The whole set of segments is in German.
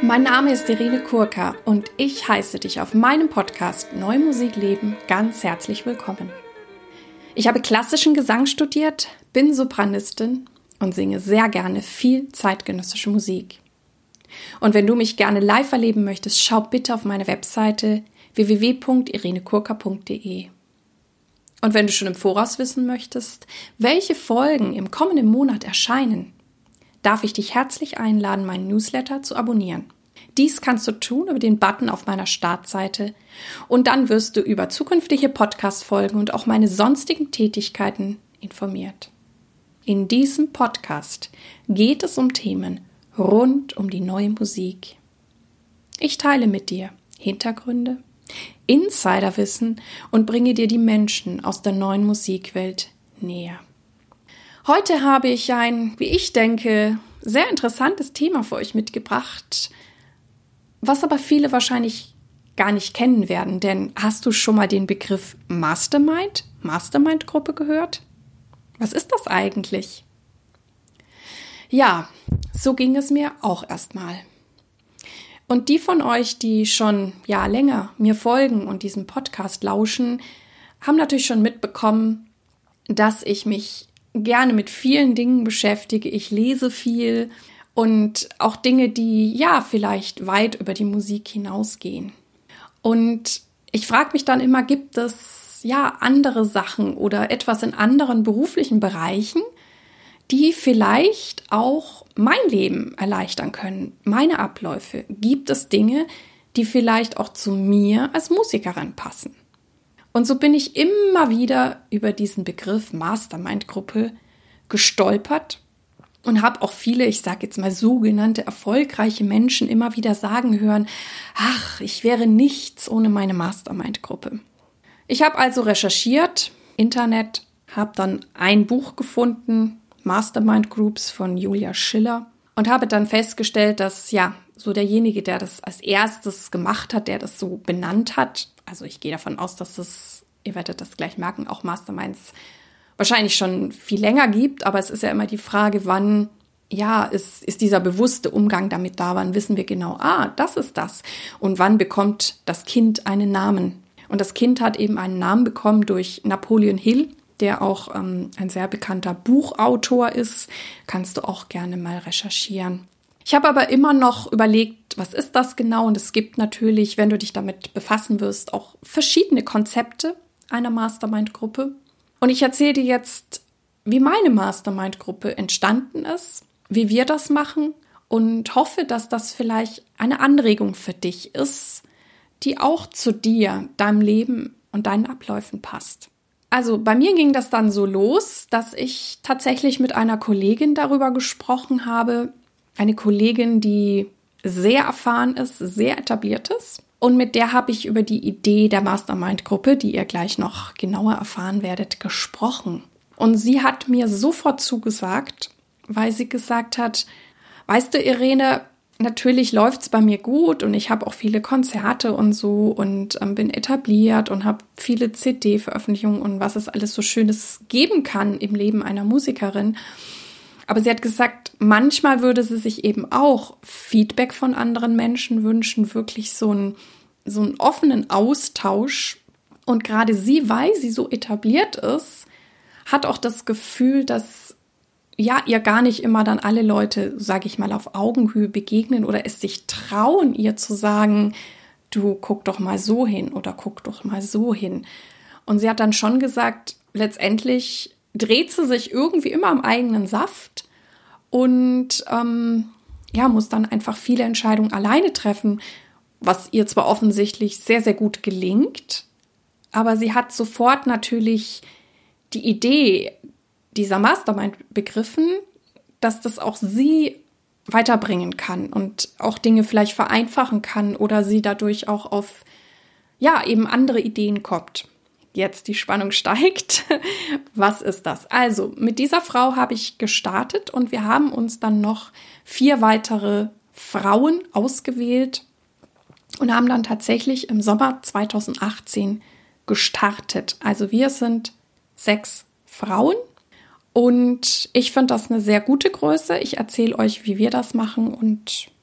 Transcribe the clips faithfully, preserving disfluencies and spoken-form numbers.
Mein Name ist Irene Kurka und ich heiße dich auf meinem Podcast Neue Musik leben ganz herzlich willkommen. Ich habe klassischen Gesang studiert, bin Sopranistin und singe sehr gerne viel zeitgenössische Musik. Und wenn du mich gerne live erleben möchtest, schau bitte auf meine Webseite w w w punkt irene kurka punkt d e. Und wenn du schon im Voraus wissen möchtest, welche Folgen im kommenden Monat erscheinen, darf ich dich herzlich einladen, meinen Newsletter zu abonnieren. Dies kannst du tun über den Button auf meiner Startseite und dann wirst du über zukünftige Podcast-Folgen und auch meine sonstigen Tätigkeiten informiert. In diesem Podcast geht es um Themen rund um die neue Musik. Ich teile mit dir Hintergründe, Insiderwissen und bringe dir die Menschen aus der neuen Musikwelt näher. Heute habe ich ein, wie ich denke, sehr interessantes Thema für euch mitgebracht, was aber viele wahrscheinlich gar nicht kennen werden, denn hast du schon mal den Begriff Mastermind, Mastermind-Gruppe gehört? Was ist das eigentlich? Ja, so ging es mir auch erstmal. Und die von euch, die schon ja länger mir folgen und diesem Podcast lauschen, haben natürlich schon mitbekommen, dass ich mich gerne mit vielen Dingen beschäftige. Ich lese viel und auch Dinge, die ja vielleicht weit über die Musik hinausgehen. Und ich frage mich dann immer, gibt es ja andere Sachen oder etwas in anderen beruflichen Bereichen, die vielleicht auch mein Leben erleichtern können, meine Abläufe? Gibt es Dinge, die vielleicht auch zu mir als Musikerin passen? Und so bin ich immer wieder über diesen Begriff Mastermind-Gruppe gestolpert und habe auch viele, ich sage jetzt mal sogenannte erfolgreiche Menschen immer wieder sagen hören, ach, ich wäre nichts ohne meine Mastermind-Gruppe. Ich habe also recherchiert, Internet, habe dann ein Buch gefunden, Mastermind Groups von Julia Schiller, und habe dann festgestellt, dass ja so derjenige, der das als erstes gemacht hat, der das so benannt hat, also ich gehe davon aus, dass es, ihr werdet das gleich merken, auch Masterminds wahrscheinlich schon viel länger gibt, aber es ist ja immer die Frage, wann ja ist, ist dieser bewusste Umgang damit da, wann wissen wir genau, ah, das ist das, und wann bekommt das Kind einen Namen. Und das Kind hat eben einen Namen bekommen durch Napoleon Hill, der auch ähm, ein sehr bekannter Buchautor ist. Kannst du auch gerne mal recherchieren. Ich habe aber immer noch überlegt, was ist das genau? Und es gibt natürlich, wenn du dich damit befassen wirst, auch verschiedene Konzepte einer Mastermind-Gruppe. Und ich erzähle dir jetzt, wie meine Mastermind-Gruppe entstanden ist, wie wir das machen und hoffe, dass das vielleicht eine Anregung für dich ist, die auch zu dir, deinem Leben und deinen Abläufen passt. Also bei mir ging das dann so los, dass ich tatsächlich mit einer Kollegin darüber gesprochen habe. Eine Kollegin, die sehr erfahren ist, sehr etabliert ist. Und mit der habe ich über die Idee der Mastermind-Gruppe, die ihr gleich noch genauer erfahren werdet, gesprochen. Und sie hat mir sofort zugesagt, weil sie gesagt hat, weißt du, Irene, natürlich läuft's bei mir gut und ich habe auch viele Konzerte und so und ähm, bin etabliert und habe viele C D-Veröffentlichungen und was es alles so Schönes geben kann im Leben einer Musikerin. Aber sie hat gesagt, manchmal würde sie sich eben auch Feedback von anderen Menschen wünschen, wirklich so einen, so einen offenen Austausch. Und gerade sie, weil sie so etabliert ist, hat auch das Gefühl, dass ja, ihr gar nicht immer dann alle Leute, sage ich mal, auf Augenhöhe begegnen oder es sich trauen, ihr zu sagen, du guck doch mal so hin oder guck doch mal so hin. Und sie hat dann schon gesagt, letztendlich dreht sie sich irgendwie immer am eigenen Saft und ähm, ja, muss dann einfach viele Entscheidungen alleine treffen, was ihr zwar offensichtlich sehr, sehr gut gelingt, aber sie hat sofort natürlich die Idee dieser Mastermind begriffen, dass das auch sie weiterbringen kann und auch Dinge vielleicht vereinfachen kann oder sie dadurch auch auf, ja, eben andere Ideen kommt. Jetzt die Spannung steigt. Was ist das? Also, mit dieser Frau habe ich gestartet und wir haben uns dann noch vier weitere Frauen ausgewählt und haben dann tatsächlich im Sommer zweitausendachtzehn gestartet. Also wir sind sechs Frauen. Und ich finde das eine sehr gute Größe. Ich erzähle euch, wie wir das machen und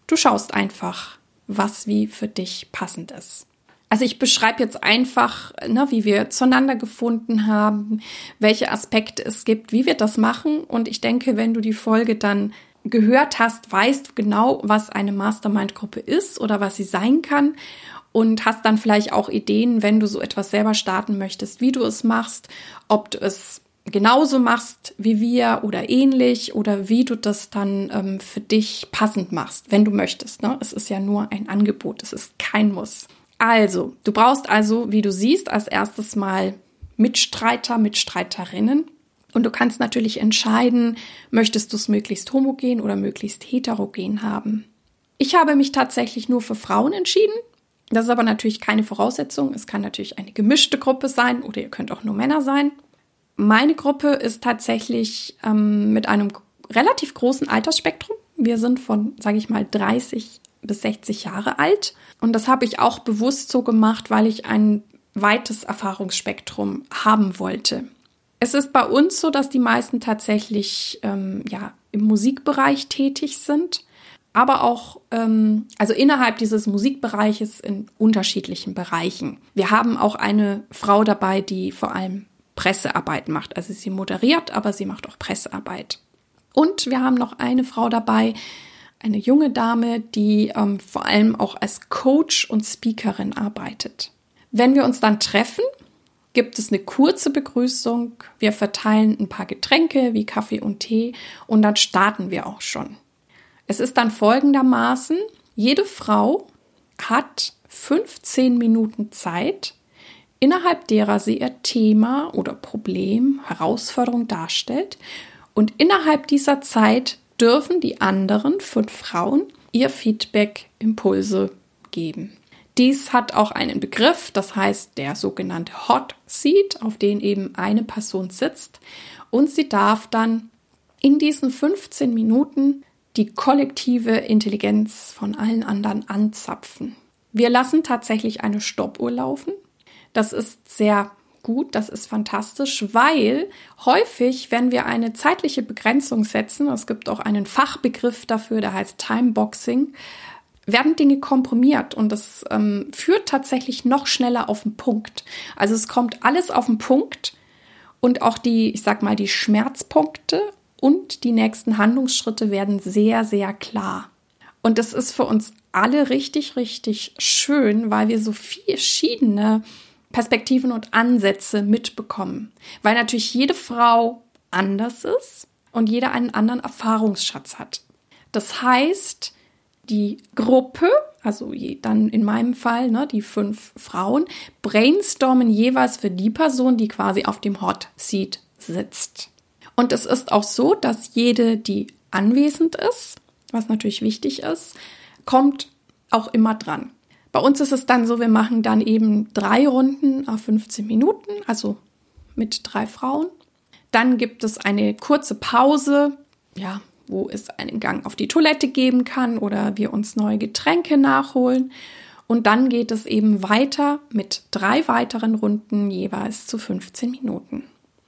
du schaust einfach, was wie für dich passend ist. Also ich beschreibe jetzt einfach, ne, wie wir zueinander gefunden haben, welche Aspekte es gibt, wie wir das machen. Und ich denke, wenn du die Folge dann gehört hast, weißt du genau, was eine Mastermind-Gruppe ist oder was sie sein kann und hast dann vielleicht auch Ideen, wenn du so etwas selber starten möchtest, wie du es machst, ob du es genauso machst wie wir oder ähnlich oder wie du das dann ähm, für dich passend machst, wenn du möchtest. Ne? Es ist ja nur ein Angebot, es ist kein Muss. Also, du brauchst also, wie du siehst, als erstes mal Mitstreiter, Mitstreiterinnen. Und du kannst natürlich entscheiden, möchtest du es möglichst homogen oder möglichst heterogen haben. Ich habe mich tatsächlich nur für Frauen entschieden. Das ist aber natürlich keine Voraussetzung. Es kann natürlich eine gemischte Gruppe sein oder ihr könnt auch nur Männer sein. Meine Gruppe ist tatsächlich ähm, mit einem relativ großen Altersspektrum. Wir sind von, sage ich mal, dreißig bis sechzig Jahre alt. Und das habe ich auch bewusst so gemacht, weil ich ein weites Erfahrungsspektrum haben wollte. Es ist bei uns so, dass die meisten tatsächlich ähm, ja, im Musikbereich tätig sind, aber auch ähm, also innerhalb dieses Musikbereiches in unterschiedlichen Bereichen. Wir haben auch eine Frau dabei, die vor allem Pressearbeit macht. Also sie moderiert, aber sie macht auch Pressearbeit. Und wir haben noch eine Frau dabei, eine junge Dame, die ähm, vor allem auch als Coach und Speakerin arbeitet. Wenn wir uns dann treffen, gibt es eine kurze Begrüßung. Wir verteilen ein paar Getränke wie Kaffee und Tee und dann starten wir auch schon. Es ist dann folgendermaßen, jede Frau hat fünfzehn Minuten Zeit, innerhalb derer sie ihr Thema oder Problem, Herausforderung darstellt. Und innerhalb dieser Zeit dürfen die anderen fünf Frauen ihr Feedback, Impulse geben. Dies hat auch einen Begriff, das heißt der sogenannte Hot Seat, auf den eben eine Person sitzt. Und sie darf dann in diesen fünfzehn Minuten die kollektive Intelligenz von allen anderen anzapfen. Wir lassen tatsächlich eine Stoppuhr laufen. Das ist sehr gut, das ist fantastisch, weil häufig, wenn wir eine zeitliche Begrenzung setzen, es gibt auch einen Fachbegriff dafür, der heißt Timeboxing, werden Dinge komprimiert und das ähm, führt tatsächlich noch schneller auf den Punkt. Also es kommt alles auf den Punkt und auch die, ich sag mal, die Schmerzpunkte und die nächsten Handlungsschritte werden sehr, sehr klar. Und das ist für uns alle richtig, richtig schön, weil wir so viele verschiedene Perspektiven und Ansätze mitbekommen. Weil natürlich jede Frau anders ist und jeder einen anderen Erfahrungsschatz hat. Das heißt, die Gruppe, also dann in meinem Fall, ne, die fünf Frauen, brainstormen jeweils für die Person, die quasi auf dem Hot Seat sitzt. Und es ist auch so, dass jede, die anwesend ist, was natürlich wichtig ist, kommt auch immer dran. Bei uns ist es dann so, wir machen dann eben drei Runden auf fünfzehn Minuten, also mit drei Frauen. Dann gibt es eine kurze Pause, ja, wo es einen Gang auf die Toilette geben kann oder wir uns neue Getränke nachholen. Und dann geht es eben weiter mit drei weiteren Runden jeweils zu fünfzehn Minuten.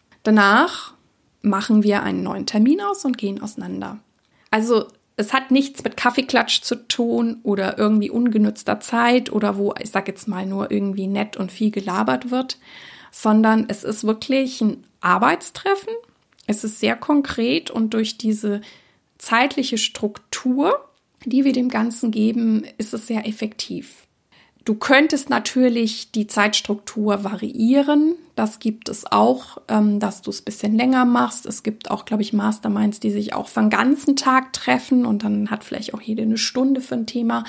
Danach machen wir einen neuen Termin aus und gehen auseinander. Also es hat nichts mit Kaffeeklatsch zu tun oder irgendwie ungenutzter Zeit oder wo, ich sag jetzt mal, nur irgendwie nett und viel gelabert wird, sondern es ist wirklich ein Arbeitstreffen. Es ist sehr konkret und durch diese zeitliche Struktur, die wir dem Ganzen geben, ist es sehr effektiv. Du könntest natürlich die Zeitstruktur variieren. Das gibt es auch, ähm, dass du es ein bisschen länger machst. Es gibt auch, glaube ich, Masterminds, die sich auch für den ganzen Tag treffen und dann hat vielleicht auch jede eine Stunde für ein Thema.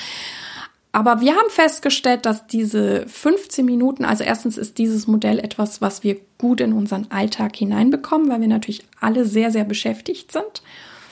Aber wir haben festgestellt, dass diese fünfzehn Minuten, also erstens ist dieses Modell etwas, was wir gut in unseren Alltag hineinbekommen, weil wir natürlich alle sehr, sehr beschäftigt sind.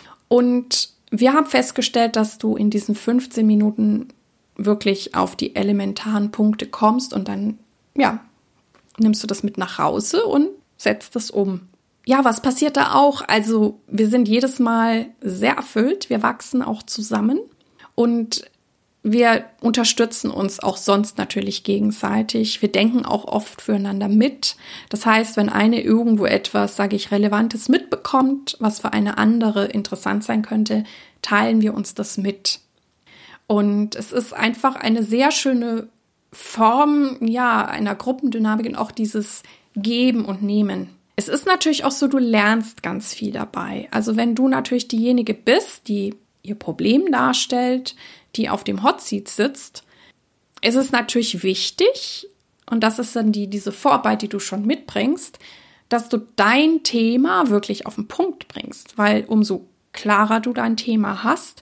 Und wir haben festgestellt, dass du in diesen fünfzehn Minuten wirklich auf die elementaren Punkte kommst und dann, ja, nimmst du das mit nach Hause und setzt das um. Ja, was passiert da auch? Also wir sind jedes Mal sehr erfüllt, wir wachsen auch zusammen und wir unterstützen uns auch sonst natürlich gegenseitig. Wir denken auch oft füreinander mit. Das heißt, wenn eine irgendwo etwas, sage ich, Relevantes mitbekommt, was für eine andere interessant sein könnte, teilen wir uns das mit. Und es ist einfach eine sehr schöne Form, ja, einer Gruppendynamik und auch dieses Geben und Nehmen. Es ist natürlich auch so, du lernst ganz viel dabei. Also wenn du natürlich diejenige bist, die ihr Problem darstellt, die auf dem Hot Seat sitzt, ist es natürlich wichtig, und das ist dann die, diese Vorarbeit, die du schon mitbringst, dass du dein Thema wirklich auf den Punkt bringst, weil umso klarer du dein Thema hast,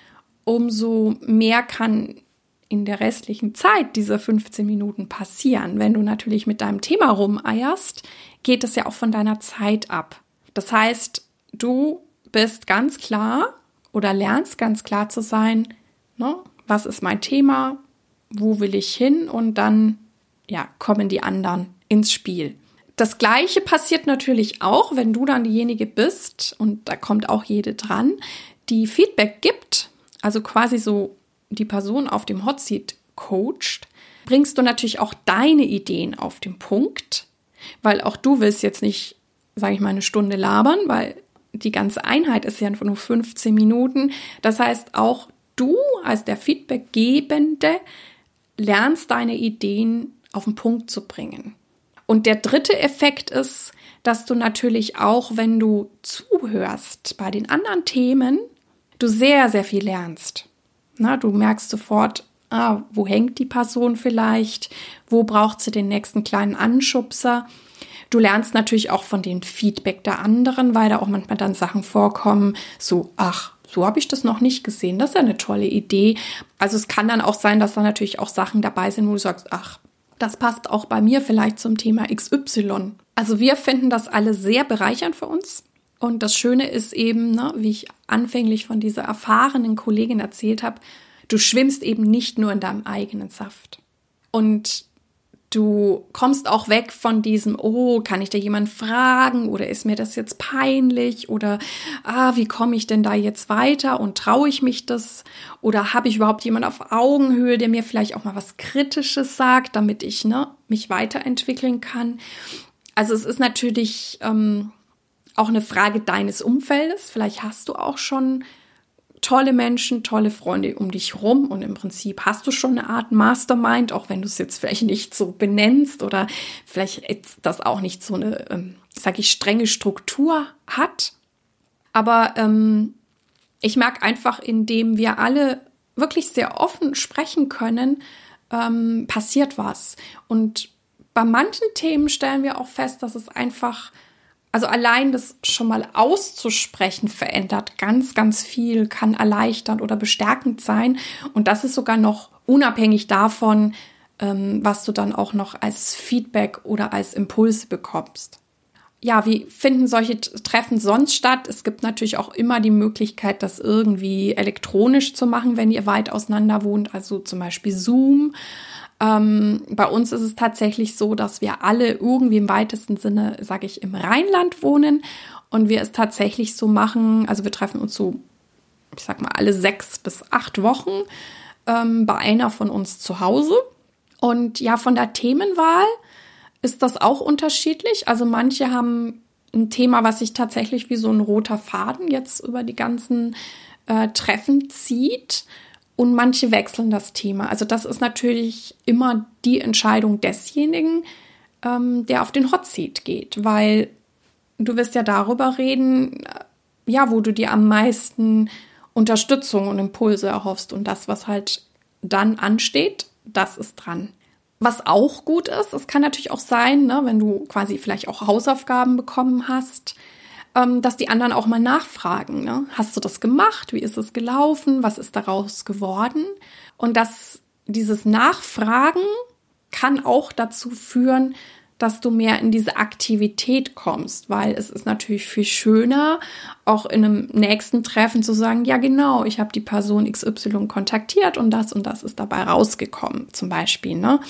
umso mehr kann in der restlichen Zeit dieser fünfzehn Minuten passieren. Wenn du natürlich mit deinem Thema rumeierst, geht es ja auch von deiner Zeit ab. Das heißt, du bist ganz klar oder lernst ganz klar zu sein, ne, was ist mein Thema, wo will ich hin, und dann ja, kommen die anderen ins Spiel. Das Gleiche passiert natürlich auch, wenn du dann diejenige bist, und da kommt auch jede dran, die Feedback gibt, also quasi so die Person auf dem Hot Seat coacht, bringst du natürlich auch deine Ideen auf den Punkt, weil auch du willst jetzt nicht, sage ich mal, eine Stunde labern, weil die ganze Einheit ist ja nur fünfzehn Minuten. Das heißt, auch du als der Feedbackgebende lernst deine Ideen auf den Punkt zu bringen. Und der dritte Effekt ist, dass du natürlich auch, wenn du zuhörst bei den anderen Themen, du sehr, sehr viel lernst. Na, du merkst sofort, ah, wo hängt die Person vielleicht, wo braucht sie den nächsten kleinen Anschubser. Du lernst natürlich auch von dem Feedback der anderen, weil da auch manchmal dann Sachen vorkommen, so, ach, so habe ich das noch nicht gesehen, das ist ja eine tolle Idee. Also es kann dann auch sein, dass da natürlich auch Sachen dabei sind, wo du sagst, ach, das passt auch bei mir vielleicht zum Thema X Y. Also wir finden das alle sehr bereichernd für uns. Und das Schöne ist eben, ne, wie ich anfänglich von dieser erfahrenen Kollegin erzählt habe, du schwimmst eben nicht nur in deinem eigenen Saft. Und du kommst auch weg von diesem, oh, kann ich da jemanden fragen oder ist mir das jetzt peinlich oder ah, wie komme ich denn da jetzt weiter und traue ich mich das oder habe ich überhaupt jemanden auf Augenhöhe, der mir vielleicht auch mal was Kritisches sagt, damit ich ne, mich weiterentwickeln kann. Also es ist natürlich ähm, auch eine Frage deines Umfeldes. Vielleicht hast du auch schon tolle Menschen, tolle Freunde um dich rum und im Prinzip hast du schon eine Art Mastermind, auch wenn du es jetzt vielleicht nicht so benennst oder vielleicht das auch nicht so eine, ähm, sag ich, strenge Struktur hat. Aber ähm, ich merke einfach, indem wir alle wirklich sehr offen sprechen können, ähm, passiert was. Und bei manchen Themen stellen wir auch fest, dass es einfach, also allein das schon mal auszusprechen verändert ganz, ganz viel, kann erleichternd oder bestärkend sein. Und das ist sogar noch unabhängig davon, ähm, was du dann auch noch als Feedback oder als Impulse bekommst. Ja, wie finden solche Treffen sonst statt? Es gibt natürlich auch immer die Möglichkeit, das irgendwie elektronisch zu machen, wenn ihr weit auseinander wohnt, also zum Beispiel Zoom. Ähm, bei uns ist es tatsächlich so, dass wir alle irgendwie im weitesten Sinne, sage ich, im Rheinland wohnen und wir es tatsächlich so machen, also wir treffen uns so, ich sag mal, alle sechs bis acht Wochen ähm, bei einer von uns zu Hause. Und ja, von der Themenwahl ist das auch unterschiedlich. Also manche haben ein Thema, was sich tatsächlich wie so ein roter Faden jetzt über die ganzen äh, Treffen zieht. Und manche wechseln das Thema. Also das ist natürlich immer die Entscheidung desjenigen, ähm, der auf den Hot Seat geht. Weil du wirst ja darüber reden, ja, wo du dir am meisten Unterstützung und Impulse erhoffst. Und das, was halt dann ansteht, das ist dran. Was auch gut ist, es kann natürlich auch sein, ne, wenn du quasi vielleicht auch Hausaufgaben bekommen hast, ähm, dass die anderen auch mal nachfragen. Ne? Hast du das gemacht? Wie ist es gelaufen? Was ist daraus geworden? Und dass dieses Nachfragen kann auch dazu führen, dass du mehr in diese Aktivität kommst, weil es ist natürlich viel schöner, auch in einem nächsten Treffen zu sagen, ja genau, ich habe die Person X Y kontaktiert und das und das ist dabei rausgekommen, zum Beispiel. Ne?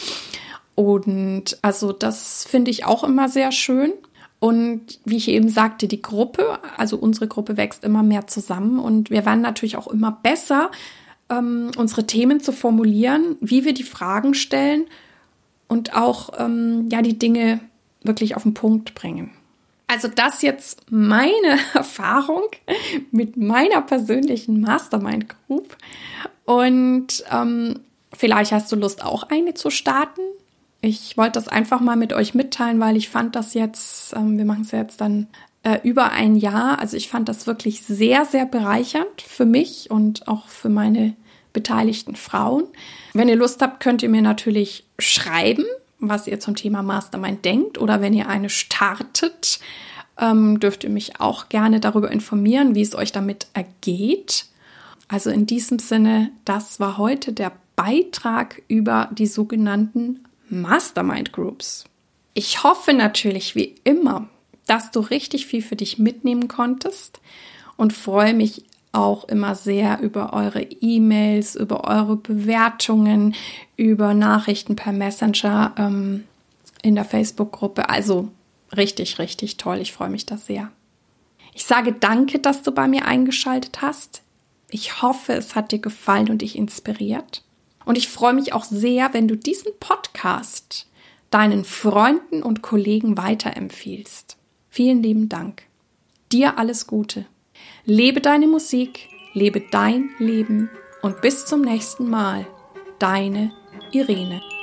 Und also das finde ich auch immer sehr schön. Und wie ich eben sagte, die Gruppe, also unsere Gruppe wächst immer mehr zusammen und wir werden natürlich auch immer besser, ähm, unsere Themen zu formulieren, wie wir die Fragen stellen und auch ähm, ja die Dinge wirklich auf den Punkt bringen. Also das jetzt meine Erfahrung mit meiner persönlichen Mastermind Group. Und ähm, vielleicht hast du Lust, auch eine zu starten. Ich wollte das einfach mal mit euch mitteilen, weil ich fand das jetzt, ähm, wir machen es ja jetzt dann äh, über ein Jahr. Also ich fand das wirklich sehr, sehr bereichernd für mich und auch für meine beteiligten Frauen. Wenn ihr Lust habt, könnt ihr mir natürlich schreiben, was ihr zum Thema Mastermind denkt, oder wenn ihr eine startet, ähm, dürft ihr mich auch gerne darüber informieren, wie es euch damit ergeht. Also in diesem Sinne, das war heute der Beitrag über die sogenannten Mastermind Groups. Ich hoffe natürlich wie immer, dass du richtig viel für dich mitnehmen konntest und freue mich auch immer sehr über eure E-Mails, über eure Bewertungen, über Nachrichten per Messenger ähm, in der Facebook-Gruppe. Also richtig, richtig toll. Ich freue mich da sehr. Ich sage danke, dass du bei mir eingeschaltet hast. Ich hoffe, es hat dir gefallen und dich inspiriert. Und ich freue mich auch sehr, wenn du diesen Podcast deinen Freunden und Kollegen weiterempfiehlst. Vielen lieben Dank. Dir alles Gute. Lebe deine Musik, lebe dein Leben und bis zum nächsten Mal. Deine Irene.